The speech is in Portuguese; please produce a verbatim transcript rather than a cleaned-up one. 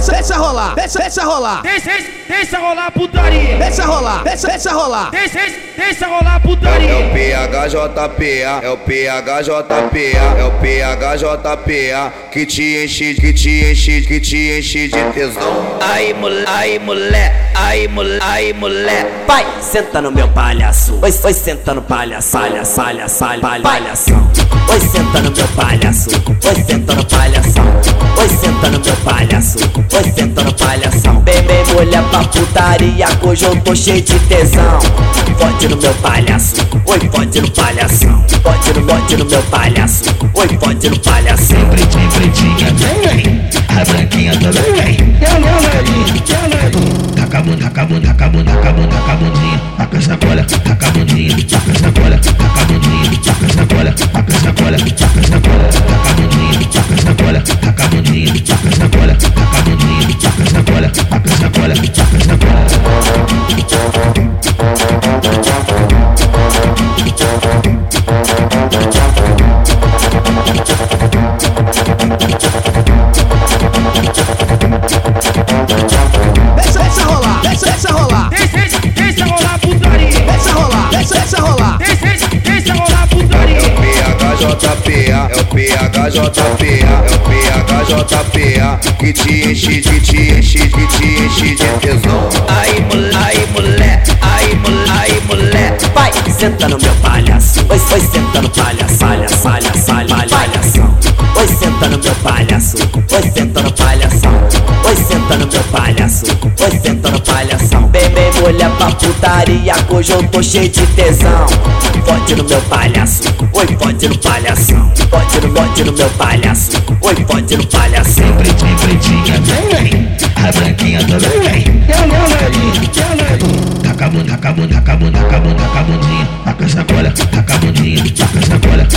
deixa, deixa rolar, deixa, deixa rolar. Deixa, deixa rolar putaria. Deixa rolar, deixa, deixa rolar. Deixa, deixa rolar putaria. É o P H J P A, é o P H J P A, é o P H J P A que te enche, que te enche, que te enche de tesão. Aí mulher, aí mulher, aí mulher, aí mulher. Vai, senta no meu palhaço. Oi, oi, senta no palhaço, palhaço, palhaço, palhaço, palhação. Oi, senta no meu palhaço. Oi, senta no palhação. Oi, senta no meu palhaço. Oi, senta no palhação. Bem, bem, mulher pra putaria, que hoje eu tô cheio de tesão. Fode no meu palhaço. Oi, fode no palhação. Fode no, fode no meu palhaço. Oi, fode no palhação. Pretinha, pretinha, vem, a branquinha também vem. E a loirinha, e a loirinha. Taca a bunda, taca a bunda, taca a bunda, taca a bunda, taca a bundinha. Taca essa bola, taca a bundinha. Taca essa bola, taca a bundinha. Taca essa bola, taca essa bola, taca essa bola. Taca a bundinha, taca essa bola, taca a bundinha. Taca essa bola, taca a bundinha. Taca essa bola, taca essa bola, taca essa bola. Deixa, deixa rolar, deixa, deixa rolar. Deixa, deixa rolar putaria. Deixa rolar, deixa, deixa rolar. Deixa, deixa rolar É putaria. o P H J P A, é o P H J P A, é o P H J P A que te enche, que te enche, que te enche de tesão. Aí mulher, aí mulher, aí mulher, aí mulher. Vai, senta no meu palhaço. Oi, oi, senta no palhaço, palhaço, palhaço, palhaço, palhação. Oi, senta no meu palhaço. Oi, senta no palhação. Oi, senta no meu palhaço. Oi, senta no palhação. Bem, bem, mulher pra putaria, que hoje eu tô cheio de tesão. Fode no meu palhaço. Oi, fode no palhação. Fode no, fode no meu palhaço. Oi, fode no palhação. Pretinha, pretinha, vem, a branquinha também vem. E a loirinha, e a loirinha. Taca a bunda, taca a bunda, taca a bunda, taca a bunda, taca a bundinha. Taca essa bola, taca a bundinha. Taca essa bola,